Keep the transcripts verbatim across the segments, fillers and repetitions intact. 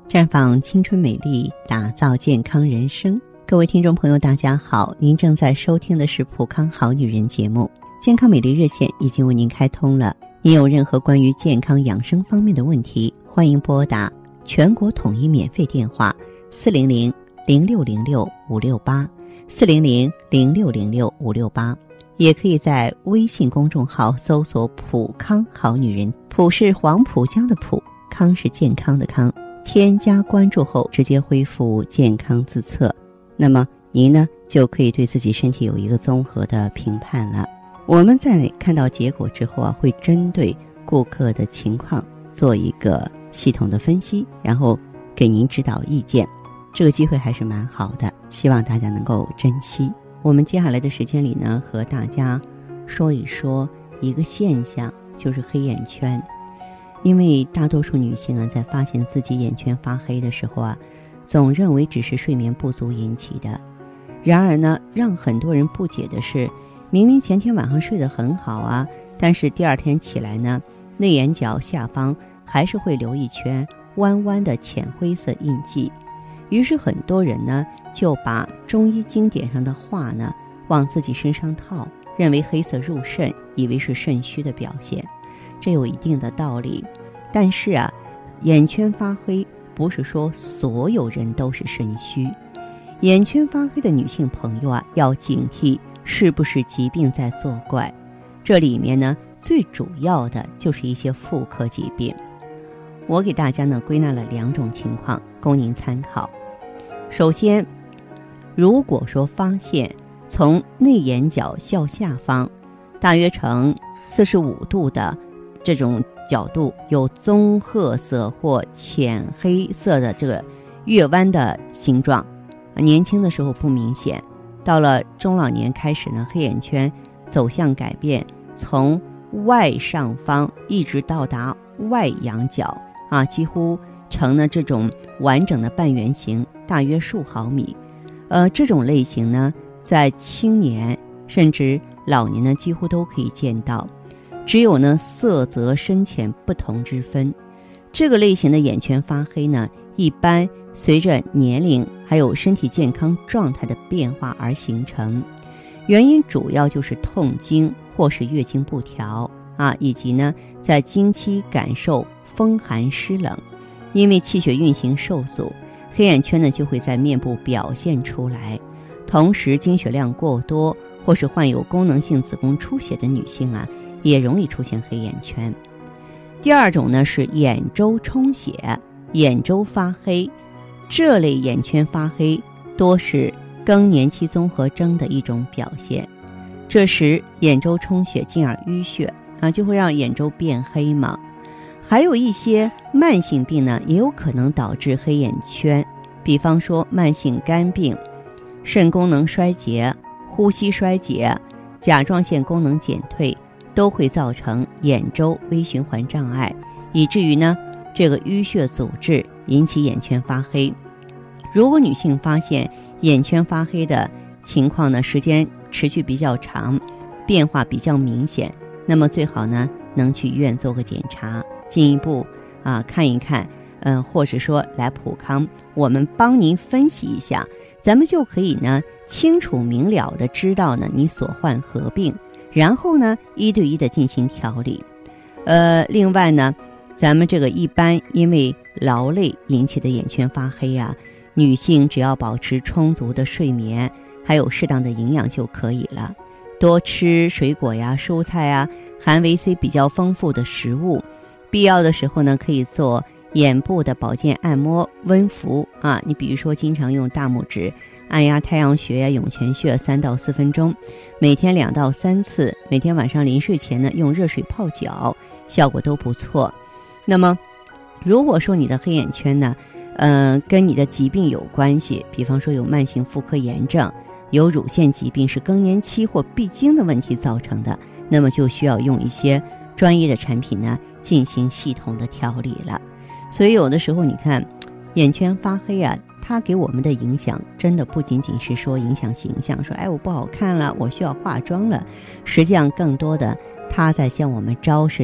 绽放青春美丽，打造健康人生。各位听众朋友大家好，您正在收听的是普康好女人节目。健康美丽热线已经为您开通了，您有任何关于健康养生方面的问题，欢迎拨打全国统一免费电话四零零零六零六五六八四零零零六零六五六八，也可以在微信公众号搜索普康好女人，普是黄浦江的浦，康是健康的康，添加关注后直接恢复健康自测，那么您呢就可以对自己身体有一个综合的评判了。我们在看到结果之后啊，会针对顾客的情况做一个系统的分析，然后给您指导意见。这个机会还是蛮好的，希望大家能够珍惜。我们接下来的时间里呢，和大家说一说一个现象，就是黑眼圈。因为大多数女性啊，在发现自己眼圈发黑的时候啊，总认为只是睡眠不足引起的。然而呢，让很多人不解的是，明明前天晚上睡得很好啊，但是第二天起来呢，内眼角下方还是会留一圈弯弯的浅灰色印记。于是很多人呢，就把中医经典上的话呢，往自己身上套，认为黑色入肾，以为是肾虚的表现。这有一定的道理，但是啊，眼圈发黑不是说所有人都是肾虚。眼圈发黑的女性朋友啊，要警惕是不是疾病在作怪。这里面呢，最主要的就是一些妇科疾病。我给大家呢归纳了两种情况供您参考。首先，如果说发现从内眼角向下方大约呈四十五度的这种角度有棕褐色或浅黑色的这个月弯的形状，年轻的时候不明显，到了中老年开始呢，黑眼圈走向改变，从外上方一直到达外仰角啊，几乎成了这种完整的半圆形，大约数毫米。呃，这种类型呢，在青年甚至老年呢，几乎都可以见到。只有呢色泽深浅不同之分。这个类型的眼圈发黑呢，一般随着年龄还有身体健康状态的变化而形成，原因主要就是痛经或是月经不调啊，以及呢在经期感受风寒湿冷，因为气血运行受阻，黑眼圈呢就会在面部表现出来。同时经血量过多或是患有功能性子宫出血的女性啊，也容易出现黑眼圈。第二种呢是眼周充血，眼周发黑。这类眼圈发黑多是更年期综合征的一种表现。这时眼周充血进而淤血啊，就会让眼周变黑嘛。还有一些慢性病呢，也有可能导致黑眼圈，比方说慢性肝病、肾功能衰竭、呼吸衰竭、甲状腺功能减退，都会造成眼周微循环障碍，以至于呢这个淤血阻滞，引起眼圈发黑。如果女性发现眼圈发黑的情况呢，时间持续比较长，变化比较明显，那么最好呢能去医院做个检查，进一步啊看一看，嗯、呃，或者说来普康，我们帮您分析一下，咱们就可以呢清楚明了的知道呢你所患何病，然后呢一对一的进行调理。呃，另外呢，咱们这个一般因为劳累引起的眼圈发黑啊，女性只要保持充足的睡眠，还有适当的营养就可以了。多吃水果呀、蔬菜呀，含维 C 比较丰富的食物。必要的时候呢，可以做眼部的保健按摩、温敷啊。你比如说，经常用大拇指按压太阳穴呀、涌泉穴三到四分钟，每天两到三次，每天晚上临睡前呢，用热水泡脚，效果都不错。那么，如果说你的黑眼圈呢，嗯、呃，跟你的疾病有关系，比方说有慢性妇科炎症，有乳腺疾病，是更年期或闭经的问题造成的，那么就需要用一些专业的产品呢进行系统的调理了。所以有的时候你看眼圈发黑啊，它给我们的影响真的不仅仅是说影响形象，说哎我不好看了，我需要化妆了，实际上更多的它在向我们昭示着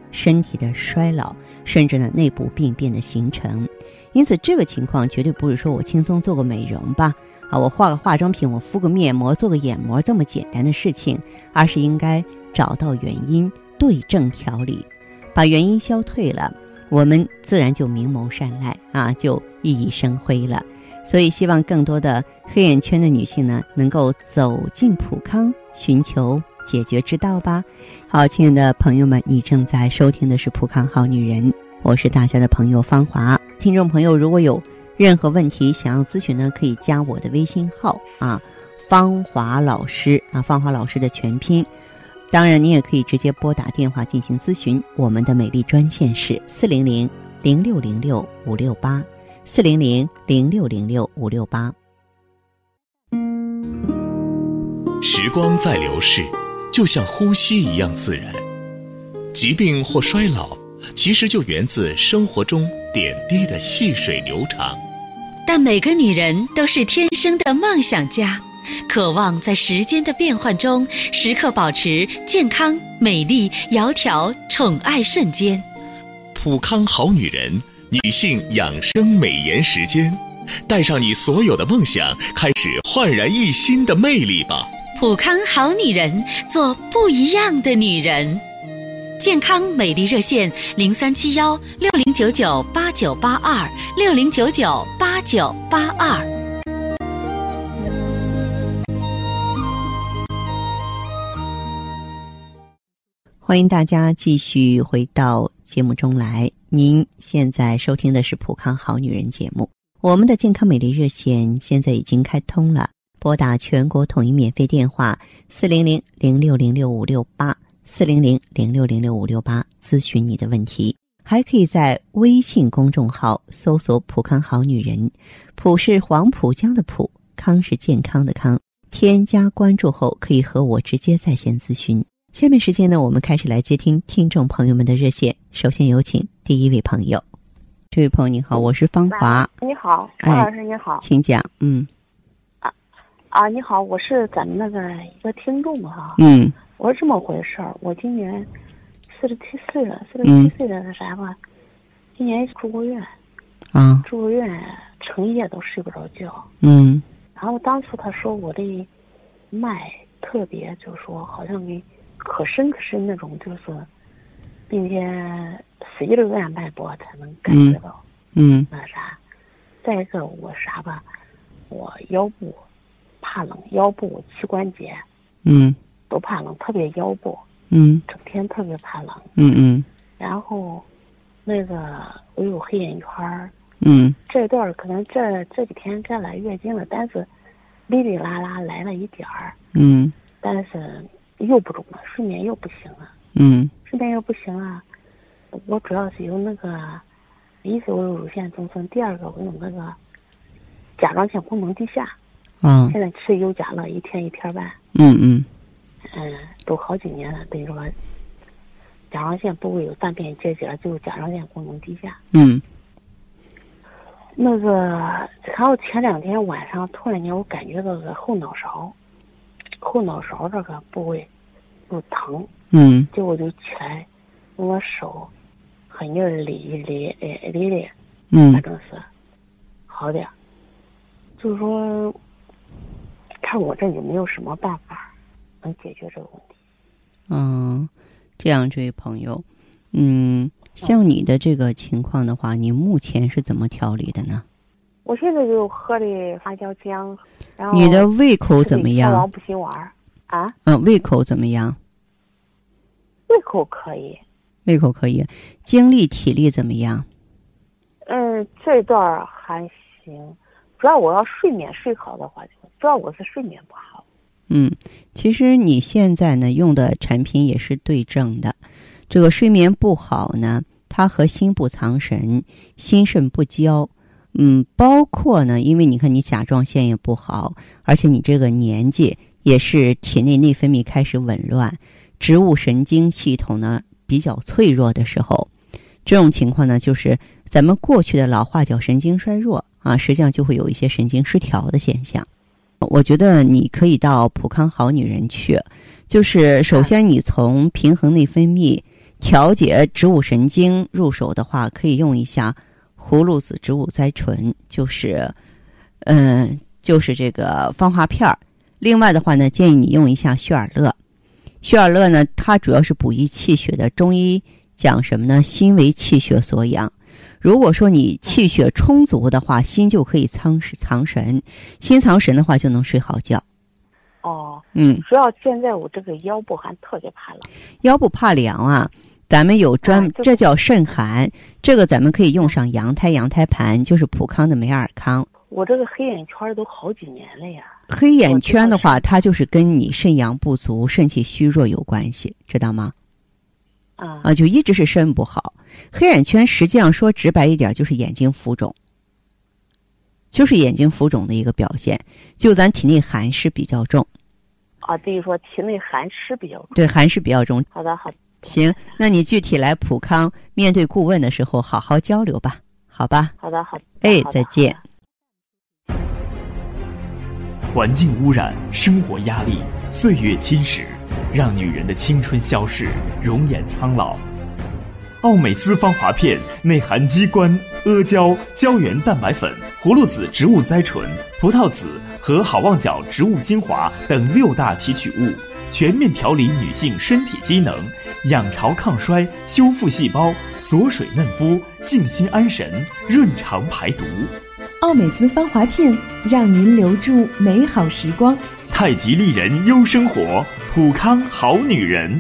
身体的衰老，甚至呢内部病变的形成。因此这个情况绝对不是说我轻松做个美容吧，啊，我画个化妆品，我敷个面膜，做个眼膜这么简单的事情，而是应该找到原因，对症调理，把原因消退了，我们自然就明眸善睐啊，就熠熠生辉了。所以希望更多的黑眼圈的女性呢，能够走进普康，寻求解决之道吧。好，亲爱的朋友们，你正在收听的是普康好女人，我是大家的朋友芳华。听众朋友如果有任何问题想要咨询呢，可以加我的微信号啊，芳华老师啊，芳华老师的全拼。当然你也可以直接拨打电话进行咨询，我们的美丽专线是四零零零六零六五六八，四零零零六零六五六八。 时光在流逝，就像呼吸一样自然。疾病或衰老其实就源自生活中点滴的细水流长。 但每个女人都是天生的梦想家，渴望在时间的变换中时刻保持健康、美丽、窈窕、宠爱瞬间。 普康好女人女性养生美颜时间，带上你所有的梦想，开始焕然一新的魅力吧。 普康好女人，做不一样的女人。健康美丽热线零三七幺六零九九八九八二六零九九八九八二。 欢迎大家继续回到节目中来，您现在收听的是普康好女人节目。我们的健康美丽热线现在已经开通了，拨打全国统一免费电话四零零零六零六五六八，四零零零六零六五六八咨询你的问题。还可以在微信公众号搜索普康好女人，普是黄浦江的浦，康是健康的康，添加关注后可以和我直接在线咨询。下面时间呢，我们开始来接听听众朋友们的热线。首先有请第一位朋友。这位朋友你好，我是芳华。 你好，王老师你好。 请讲。嗯。 啊啊，你好，我是咱们那个一个听众哈。 嗯。 我是这么回事儿，我今年四十七岁了，四十七岁了，那啥吧，今年住过院。啊。住过院，成夜都睡不着觉。 嗯。 然后当初他说我的脉特别，就是说好像给。可深可深那种，就是，并且随着按脉搏才能感觉到， 嗯， 那啥。再一个我啥吧，我腰部怕冷，腰部膝关节， 嗯， 都怕冷，特别腰部， 嗯， 整天特别怕冷， 嗯嗯。 然后，那个我有黑眼圈， 嗯， 这段可能这这几天该来月经了，但是哩哩啦啦来了一点儿， 嗯， 但是。又不中了，睡眠又不行了。 嗯， 睡眠又不行了。我主要是有那个，一是我有乳腺增生，第二个我有那个甲状腺功能低下。 啊。 现在吃优甲乐，一天一片半。 嗯嗯。 嗯，都好几年了，等于说甲状腺部位有断片结节，就是甲状腺功能低下。 嗯。 那个，然后前两天晚上突然间我感觉到个后脑勺。后脑勺这个部位就疼， 嗯， 结果就起来，用我手狠劲儿理一理，哎理理， 嗯， 反正是好点。就是说，看我这有没有什么办法能解决这个问题？ 嗯，这样，这位朋友，嗯，像你的这个情况的话，你目前是怎么调理的呢？ 我现在就喝的发酵浆，然后你的胃口怎么样？ 王不心丸啊？ 嗯，胃口怎么样？ 胃口可以。 胃口可以，精力体力怎么样？ 嗯，这段还行，主要我要睡眠睡好的话，主要我是睡眠不好。 嗯，其实你现在呢用的产品也是对症的，这个睡眠不好呢，它和心不藏神、心肾不交。嗯，包括呢，因为你看你甲状腺也不好，而且你这个年纪也是体内内分泌开始紊乱，植物神经系统呢比较脆弱的时候，这种情况呢，就是咱们过去的老话叫神经衰弱啊，实际上就会有一些神经失调的现象。我觉得你可以到普康好女人去，就是首先你从平衡内分泌、 调节植物神经入手的话，可以用一下葫芦籽植物甾醇，就是嗯、呃，就是这个芳华片儿。另外的话呢，建议你用一下血尔乐。血尔乐呢，它主要是补益气血的，中医讲什么呢？心为气血所养。如果说你气血充足的话，心就可以藏藏神，心藏神的话就能睡好觉。 哦， 嗯， 主要现在我这个腰部还特别怕冷。 腰部怕凉啊，咱们有专、啊、这, 这叫肾寒，这个咱们可以用上羊胎羊胎盘，就是普康的美尔康。 我这个黑眼圈都好几年了呀。 黑眼圈的话，它就是跟你肾阳不足、肾气虚弱有关系，知道吗？ 啊啊，就一直是肾不好。黑眼圈实际上说直白一点，就是眼睛浮肿，就是眼睛浮肿的一个表现。就咱体内寒湿比较重。 啊，等于说体内寒湿比较重。 对，寒湿比较重。 好的，好的。 行，那你具体来普康面对顾问的时候，好好交流吧，好吧？ 好的，好的。 哎，再见。 环境污染、生活压力、岁月侵蚀，让女人的青春消逝，容颜苍老。奥美姿芳华片内含鸡冠、阿胶、胶原蛋白粉、葫芦籽植物甾醇、葡萄籽和好望角植物精华等六大提取物，全面调理女性身体机能，养巢抗衰，修复细胞，锁水嫩肤，静心安神，润肠排毒。 奥美姿芳华片，让您留住美好时光。 太极丽人优生活，普康好女人。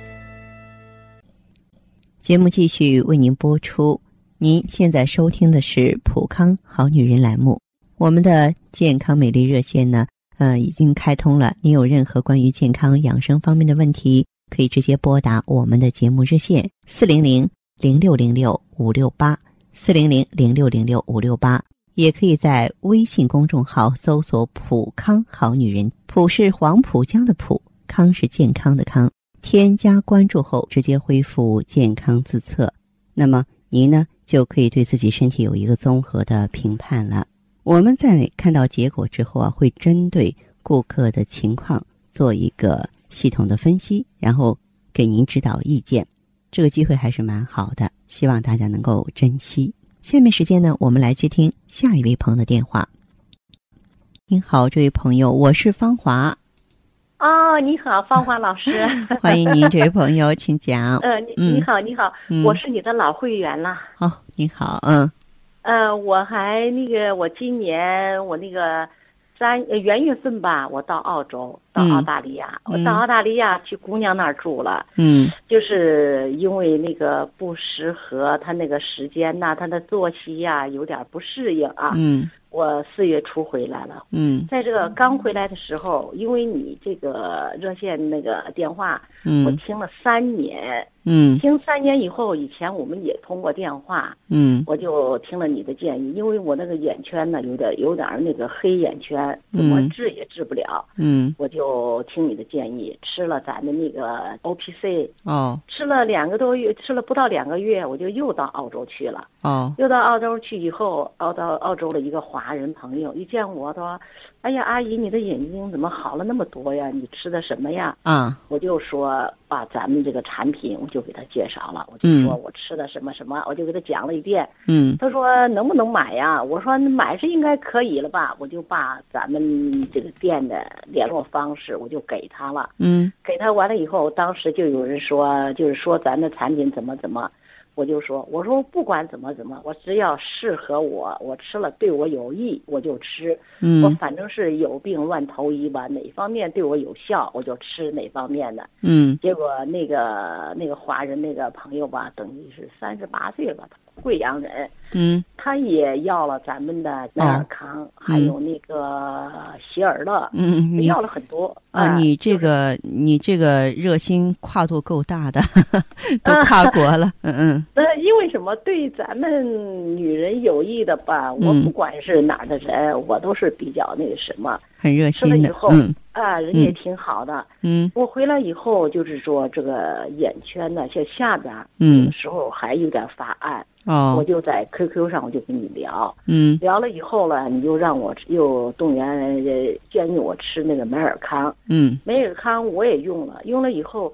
节目继续为您播出。您现在收听的是普康好女人栏目。我们的健康美丽热线呢，呃，已经开通了。您有任何关于健康养生方面的问题，可以直接拨打我们的节目热线四零零零六零六五六八四零零零六零六五六八，也可以在微信公众号搜索普康好女人，普是黄浦江的浦，康是健康的康。添加关注后直接恢复健康自测，那么您呢就可以对自己身体有一个综合的评判了。我们在看到结果之后啊，会针对顾客的情况做一个系统的分析，然后给您指导意见。这个机会还是蛮好的，希望大家能够珍惜。下面时间呢，我们来接听下一位朋友的电话。您好，这位朋友，我是芳华。 哦，你好，芳华老师。 欢迎您，这位朋友，请讲。 呃，你你好，你好，嗯、我是你的老会员了。 哦，你好，嗯。 呃，我还那个，我今年我那个三呃元月份吧，我到澳洲，到澳大利亚，嗯、我到澳大利亚去姑娘那儿住了。 嗯。 就是因为那个不适合他那个时间呐、啊，他的作息呀、啊、有点不适应啊。 嗯。 我四月初回来了， 嗯， 在这个刚回来的时候，因为你这个热线那个电话， 嗯， 我听了三年， 嗯， 听三年以后，以前我们也通过电话， 嗯， 我就听了你的建议，因为我那个眼圈呢有点有点那个黑眼圈，怎么治也治不了， 嗯， 我就听你的建议，吃了咱的那个 O P C， 哦， 吃了两个多月，吃了不到两个月，我就又到澳洲去了， 哦， 又到澳洲去以后，澳到澳洲的一个华人朋友一见我，他说：“哎呀，阿姨，你的眼睛怎么好了那么多呀？你吃的什么呀？” 啊， 我就说把咱们这个产品，我就给他介绍了，我就说我吃的什么什么，我就给他讲了一遍。 嗯， 他说能不能买呀？我说买是应该可以了吧？我就把咱们这个店的联络方式我就给他了。 嗯， 给他完了以后，当时就有人说，就是说咱的产品怎么怎么。我就说，我说不管怎么怎么，我只要适合我，我吃了对我有益，我就吃。 嗯， 我反正是有病乱投医吧，哪方面对我有效，我就吃哪方面的。 嗯， 结果那个那个华人那个朋友吧，等于是三十八岁了吧，贵阳人。 嗯， 他也要了咱们的美尔康，哦、还有那个喜尔乐， 嗯， 要了很多啊。呃、你这个、就是、你这个热心跨度够大的，都跨国了，嗯嗯。 那因为什么？对咱们女人有益的吧？我不管是哪儿的人，嗯、我都是比较那个什么， 很热心的。 吃了以后， 嗯啊，人也挺好的。 嗯， 我回来以后就是说，这个眼圈呢，像下边， 嗯， 有时候还有点发暗。 哦， 我就在 Q Q 上我就跟你聊， 嗯， 聊了以后呢，你就让我又动员建议我吃那个美尔康， 嗯， 美尔康我也用了，用了以后，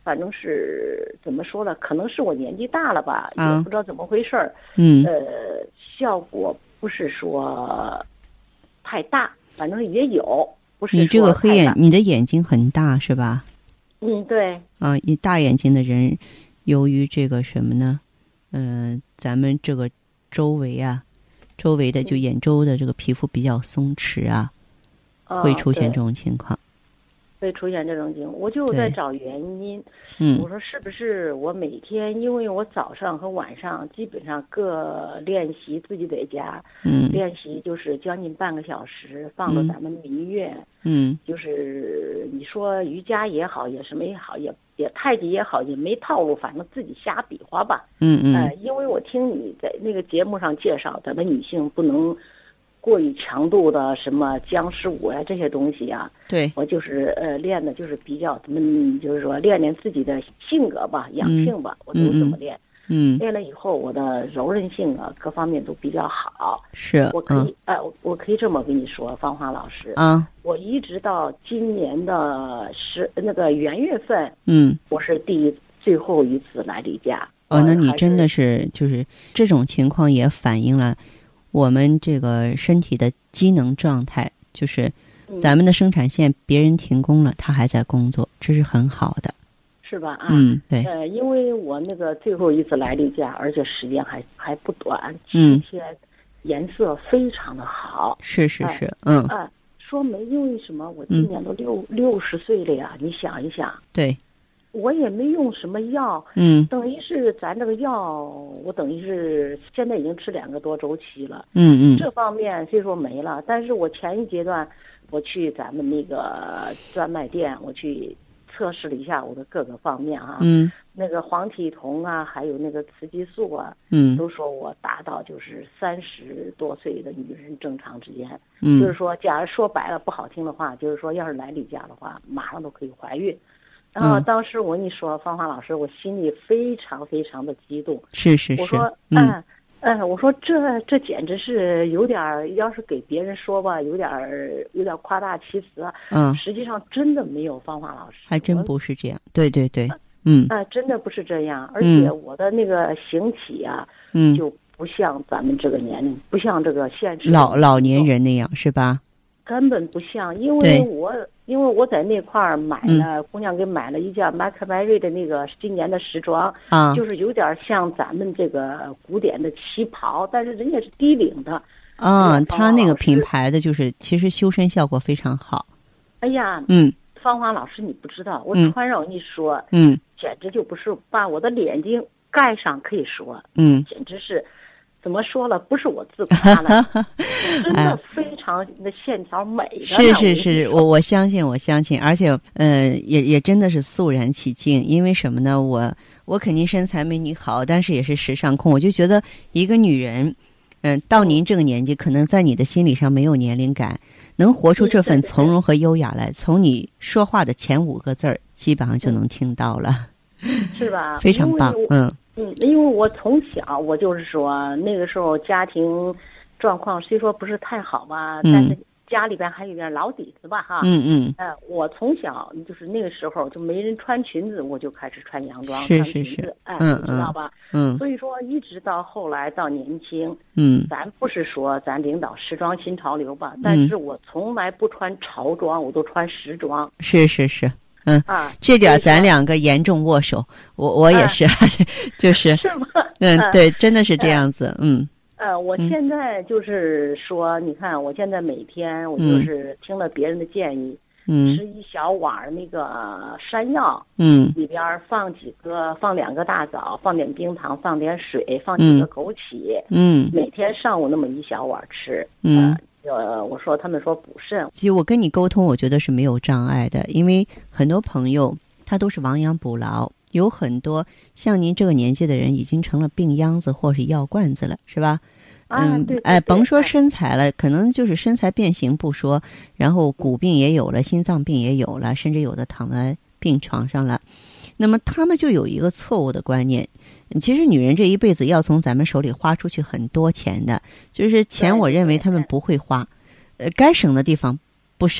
反正是怎么说呢？可能是我年纪大了吧， 啊、 也不知道怎么回事儿。 嗯， 呃，效果不是说太大，反正也有，不是说你这个黑眼， 太大你的眼睛很大是吧？ 嗯，对。 啊，一大眼睛的人，由于这个什么呢？嗯、呃，咱们这个周围啊，周围的就眼周的这个皮肤比较松弛啊， 嗯、 会出现哦这种情况。 会出现这种情况，我就在找原因。 嗯， 我说是不是我每天，因为我早上和晚上基本上各练习，自己在家， 嗯， 练习就是将近半个小时，放到咱们民乐， 嗯， 就是你说瑜伽也好，也什么也好，也也太极也好，也没套路，反正自己瞎比划吧。 嗯嗯， 呃，因为我听你在那个节目上介绍，咱们女性不能过于强度的什么僵尸舞呀、啊、这些东西啊， 对， 我就是呃练的就是比较怎么就是说练练自己的性格吧，养性吧， 嗯、 我都这么练。 嗯， 练了以后，我的柔韧性啊各方面都比较好。 是， 我可以哎、嗯呃，我可以这么跟你说，芳华老师啊， 我一直到今年的十那个元月份， 嗯， 我是第一最后一次来例假。 哦，那你真的是就是这种情况也反映了我们这个身体的机能状态，就是咱们的生产线别人停工了，它还在工作，这是很好的， 是吧？啊， 嗯，对。 呃，因为我那个最后一次来例假，而且时间还还不短， 七天，颜色非常的好。 是是是，嗯。 啊、呃，说没因为什么？我今年都六、嗯、六十岁了呀，你想一想。 对。 我也没用什么药， 嗯， 等于是咱这个药，我等于是现在已经吃两个多周期了， 嗯嗯， 这方面虽说没了，但是我前一阶段我去咱们那个专卖店，我去测试了一下我的各个方面啊， 嗯， 那个黄体酮啊，还有那个雌激素啊， 嗯， 都说我达到就是三十多岁的女人正常之间， 嗯， 就是说，假如说白了不好听的话，就是说要是来例假的话，马上都可以怀孕。然后当时我跟你说，芳华老师，我心里非常非常的激动。 是是是。 我说，嗯嗯，我说这这简直是有点儿，要是给别人说吧，有点儿有点夸大其词啊。 嗯。 实际上真的没有，芳华老师。 还真不是这样。对对对。嗯。 啊，真的不是这样，而且我的那个形体啊， 嗯， 就不像咱们这个年龄，不像这个现实老老年人那样，是吧？ 根本不像，因为我因为我在那块儿买了、嗯，姑娘给买了一件麦克白瑞的那个今年的时装， 啊， 就是有点像咱们这个古典的旗袍，但是人家是低领的。 啊，他那个品牌的就是其实修身效果非常好。 哎呀， 嗯， 芳华老师你不知道，我穿上一说， 嗯， 简直就不是把我的眼睛盖上，可以说， 嗯， 简直是。怎么说了？不是我自夸了，真的非常的线条美的。 是是是，我我相信，我相信，而且，呃，也也真的是肃然起敬。因为什么呢？我我肯定身材没你好，但是也是时尚控。我就觉得一个女人，嗯、呃，到您这个年纪，可能在你的心理上没有年龄感，能活出这份从容和优雅来，从你说话的前五个字儿，基本上就能听到了， 是吧？ 非常棒，嗯。 嗯，因为我从小我就是说那个时候家庭状况虽说不是太好吧， 嗯、 但是家里边还有点老底子吧哈。 嗯嗯。 呃，我从小就是那个时候就没人穿裙子，我就开始穿洋装， 是是穿裙子，哎， 嗯你知道吧？ 嗯。 所以说一直到后来到年轻， 嗯， 咱不是说咱领导时装新潮流吧，但是我从来不穿潮装，我都穿时装。 是是是。嗯啊， 这点咱两个严重握手，我我也是，啊、就是是吗？ 嗯，对，真的是这样子，嗯。 呃，我现在就是说，嗯、你看，我现在每天我就是听了别人的建议， 嗯， 吃一小碗那个山药， 嗯， 里边放几个，放两个大枣，放点冰糖，放点水，放几个枸杞， 嗯， 每天上午那么一小碗吃， 嗯。 呃呃，我说他们说补肾， 其实我跟你沟通，我觉得是没有障碍的，因为很多朋友他都是亡羊补牢，有很多像您这个年纪的人已经成了病秧子或是药罐子了，是吧？ 啊、 嗯， 对对对哎，甭说身材了，哎，可能就是身材变形不说，然后骨病也有了，心脏病也有了，甚至有的躺在病床上了。那么他们就有一个错误的观念，其实女人这一辈子要从咱们手里花出去很多钱的，就是钱我认为他们不会花，呃，该省的地方不省，不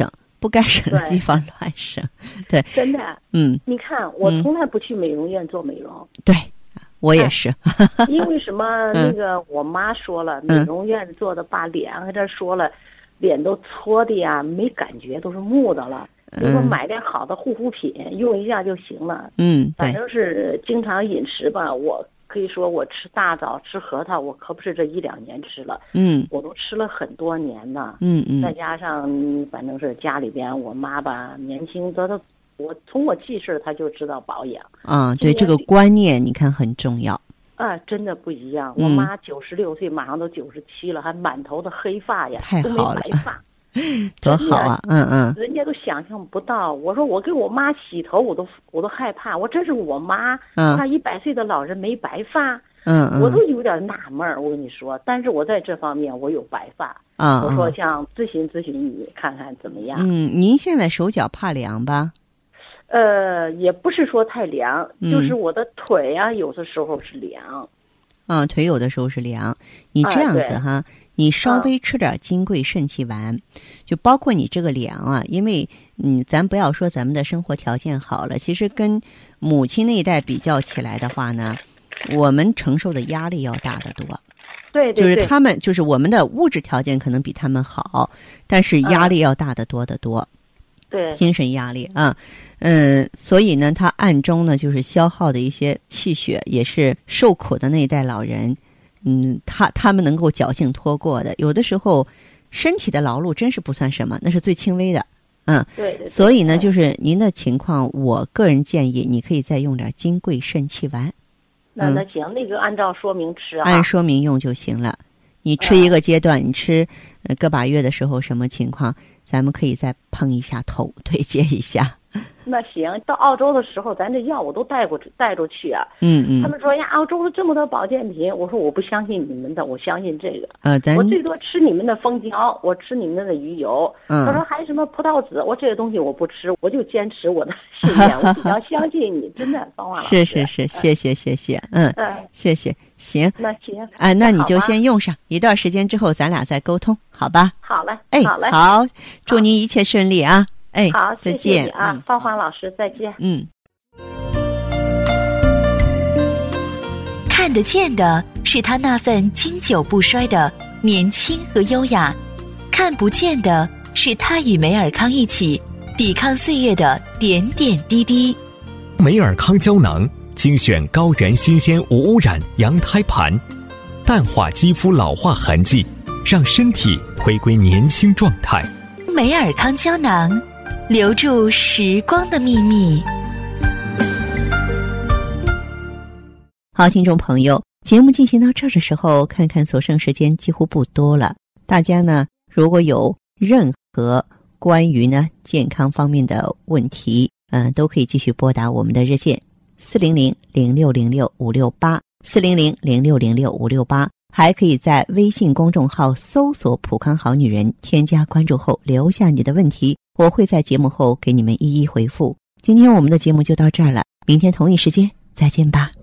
不该省的地方乱省。对， 真的。 嗯， 你看，我从来不去美容院做美容。 嗯、对。我也是， 哎、因为什么？那个我妈说了， 嗯、 美容院做的把脸给这说了，脸都搓的呀，没感觉，都是木的了。就说买点好的护肤品、嗯、用一下就行了。 嗯， 反正是经常饮食吧，我可以说我吃大枣、吃核桃，我可不是这一两年吃了， 嗯， 我都吃了很多年呢。 嗯嗯， 再加上反正是家里边我妈吧，年轻得的。我从我记事，他就知道保养啊，对这个观念，你看很重要啊，真的不一样。 嗯、 我妈九十六岁，马上都九十七了，还满头的黑发呀， 太好了， 都没白发， 多好啊！嗯嗯， 人家都想象不到。我说我给我妈洗头，我都我都害怕。我这是我妈， 嗯， 她一百岁的老人没白发， 嗯嗯， 我都有点纳闷儿。我跟你说，但是我在这方面我有白发啊。 我说想咨询咨询你，看看怎么样？ 嗯，您现在手脚怕凉吧？ 呃，也不是说太凉， 嗯、 就是我的腿啊，有的时候是凉。 啊，腿有的时候是凉。你这样子哈， 啊、 你稍微吃点金匮肾气丸，嗯、就包括你这个凉啊，因为嗯，咱不要说咱们的生活条件好了，其实跟母亲那一代比较起来的话呢，我们承受的压力要大得多。 对对对， 就是他们，就是我们的物质条件可能比他们好，但是压力要大得多得多。 嗯对， 精神压力啊，嗯，所以呢，他暗中呢就是消耗的一些气血，也是受苦的那一代老人，嗯，他他们能够侥幸拖过的。有的时候，身体的劳碌真是不算什么，那是最轻微的，嗯， 对对对。 所以呢，就是您的情况，我个人建议你可以再用点金匮肾气丸。 那那行，那个按照说明吃啊， 按说明用就行了。你吃一个阶段，你吃呃个把月的时候什么情况？咱们可以再碰一下头，对接一下。 那行，到澳洲的时候，咱这药我都带过带出去啊。 嗯嗯。 他们说呀，澳洲有这么多保健品，我说我不相信你们的，我相信这个。 呃，咱我最多吃你们的蜂胶，我吃你们的鱼油。 嗯。 他说还有什么葡萄籽，我这些东西我不吃，我就坚持我的信念，我比较相信你，真的，芳华老师。 是是是，谢谢谢谢，嗯， 嗯， 谢谢，行。 那行。 啊，那你就先用上，一段时间之后咱俩再沟通，好吧？ 好嘞， 哎， 好嘞， 好，祝您一切顺利啊！哎， 好， 再见， 谢谢你啊， 嗯、 芳华老师，再见。 嗯。 看得见的是他那份经久不衰的年轻和优雅，看不见的是他与梅尔康一起抵抗岁月的点点滴滴。 梅尔康胶囊精选高原新鲜无污染羊胎盘，淡化肌肤老化痕迹，让身体回归年轻状态。 梅尔康胶囊，留住时光的秘密。 好，听众朋友，节目进行到这儿的时候，看看所剩时间几乎不多了。大家呢，如果有任何关于呢健康方面的问题，嗯、呃，都可以继续拨打我们的热线四零零零六零六五六八四零零零六零六五六八，还可以在微信公众号搜索“普康好女人”，添加关注后留下你的问题，我会在节目后给你们一一回复。今天我们的节目就到这儿了，明天同一时间再见吧。